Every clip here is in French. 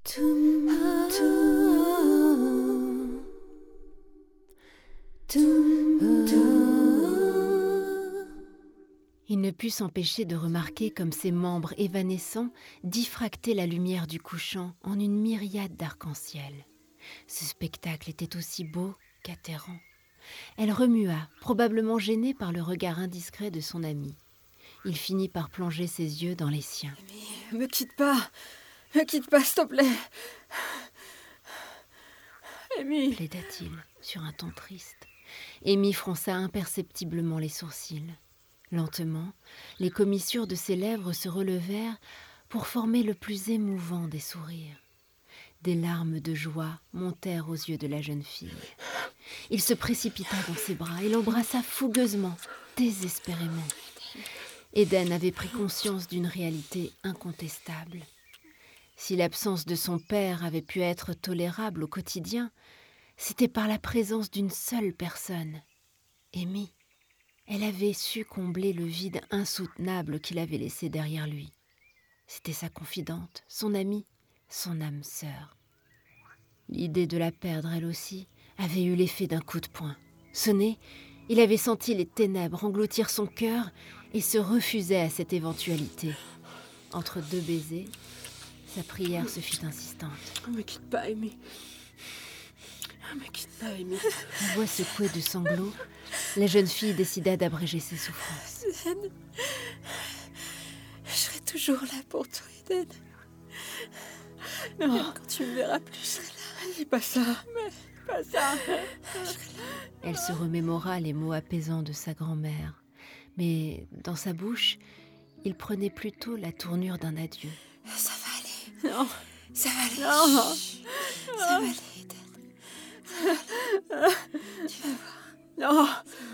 Il ne put s'empêcher de remarquer comme ses membres évanescents diffractaient la lumière du couchant en une myriade d'arc-en-ciel. Ce spectacle était aussi beau qu'atterrant. Elle remua, probablement gênée par le regard indiscret de son ami. Il finit par plonger ses yeux dans les siens. « Me quitte pas, s'il te plaît. Amy, plaida-t-il sur un ton triste. Amy fronça imperceptiblement les sourcils. Lentement, les commissures de ses lèvres se relevèrent pour former le plus émouvant des sourires. Des larmes de joie montèrent aux yeux de la jeune fille. Il se précipita dans ses bras et l'embrassa fougueusement, désespérément. Eden avait pris conscience d'une réalité incontestable. Si l'absence de son père avait pu être tolérable au quotidien, c'était par la présence d'une seule personne, Amy. Elle avait su combler le vide insoutenable qu'il avait laissé derrière lui. C'était sa confidente, son amie, son âme sœur. L'idée de la perdre, elle aussi, avait eu l'effet d'un coup de poing. Sonné, il avait senti les ténèbres engloutir son cœur et se refusait à cette éventualité. Entre deux baisers, sa prière se fit insistante. « Ne me quitte pas, Amy. Ne me quitte pas, Amy. » La voix secouée de sanglots, la jeune fille décida d'abréger ses souffrances. « Eden, je serai toujours là pour toi, Eden. Même quand tu me verras plus, je serai là. Dis pas ça. Mais pas ça. Elle se remémora les mots apaisants de sa grand-mère, mais dans sa bouche, il prenait plutôt la tournure d'un adieu. Ça va aller. Non. Ça va aller. Non. Chut. Ça va aller, Eden. Tu vas voir. Non.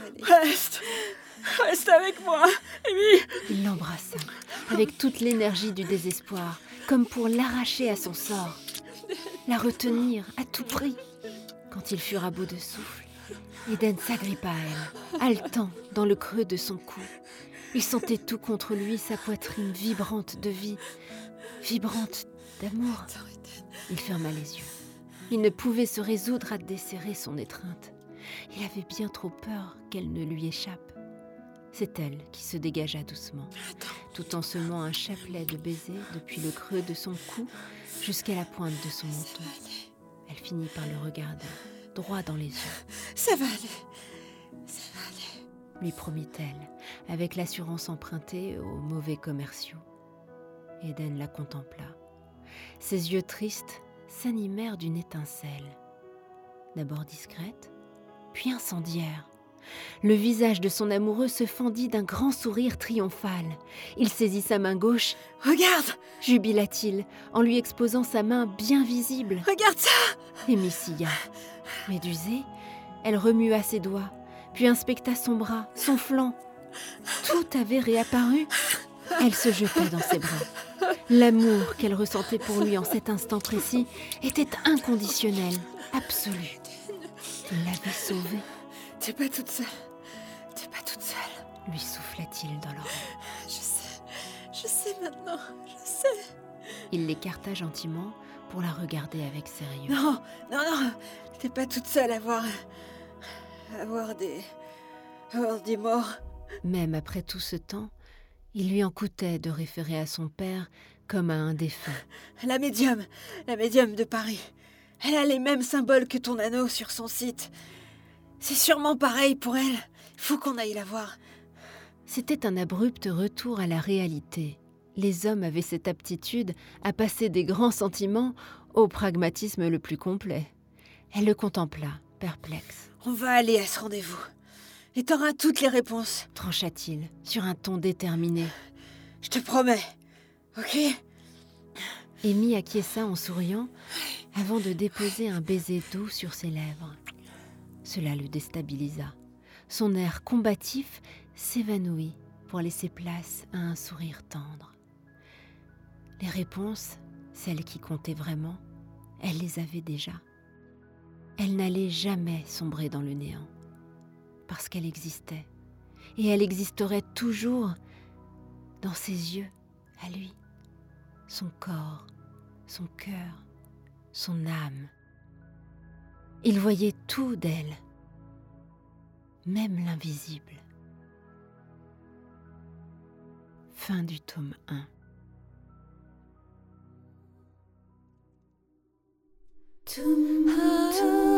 Reste avec moi, Amy. Il l'embrassa, avec toute l'énergie du désespoir, comme pour l'arracher à son sort, la retenir à tout prix. Quand ils furent à bout de souffle, Eden s'agrippa à elle, haletant dans le creux de son cou. Il sentait tout contre lui, sa poitrine vibrante de vie, vibrante d'amour. Il ferma les yeux. Il ne pouvait se résoudre à desserrer son étreinte. Il avait bien trop peur qu'elle ne lui échappe. C'est elle qui se dégagea doucement, tout en semant un chapelet de baisers depuis le creux de son cou jusqu'à la pointe de son menton. Elle finit par le regarder, droit dans les yeux. « Ça va aller, ça va aller, » lui promit-elle, avec l'assurance empruntée aux mauvais commerciaux. Eden la contempla. Ses yeux tristes s'animèrent d'une étincelle. D'abord discrète, puis incendiaire. Le visage de son amoureux se fendit d'un grand sourire triomphal. Il saisit sa main gauche. « Regarde !» jubila-t-il, en lui exposant sa main bien visible. « Regarde ça !» Amy sia. Médusée, elle remua ses doigts, puis inspecta son bras, son flanc. Tout avait réapparu. Elle se jeta dans ses bras. L'amour qu'elle ressentait pour lui en cet instant précis était inconditionnel, absolu. Il l'avait sauvée. « T'es pas toute seule. T'es pas toute seule. » lui souffla-t-il dans l'oreille. Je sais maintenant, je sais. Il l'écarta gentiment pour la regarder avec sérieux. Non, t'es pas toute seule à avoir des morts. Même après tout ce temps, il lui en coûtait de référer à son père comme à un défunt. La médium de Paris. Elle a les mêmes symboles que ton anneau sur son site. C'est sûrement pareil pour elle. Il faut qu'on aille la voir. C'était un abrupt retour à la réalité. Les hommes avaient cette aptitude à passer des grands sentiments au pragmatisme le plus complet. Elle le contempla, perplexe. On va aller à ce rendez-vous. Et t'auras toutes les réponses, trancha-t-il, sur un ton déterminé. Je te promets, ok ? Amy acquiesça en souriant avant de déposer un baiser doux sur ses lèvres. Cela le déstabilisa. Son air combatif s'évanouit pour laisser place à un sourire tendre. Les réponses, celles qui comptaient vraiment, elle les avait déjà. Elle n'allait jamais sombrer dans le néant, parce qu'elle existait, et elle existerait toujours dans ses yeux, à lui, son corps, son cœur, son âme. Il voyait tout d'elle, même l'invisible. Fin du tome 1. Ah.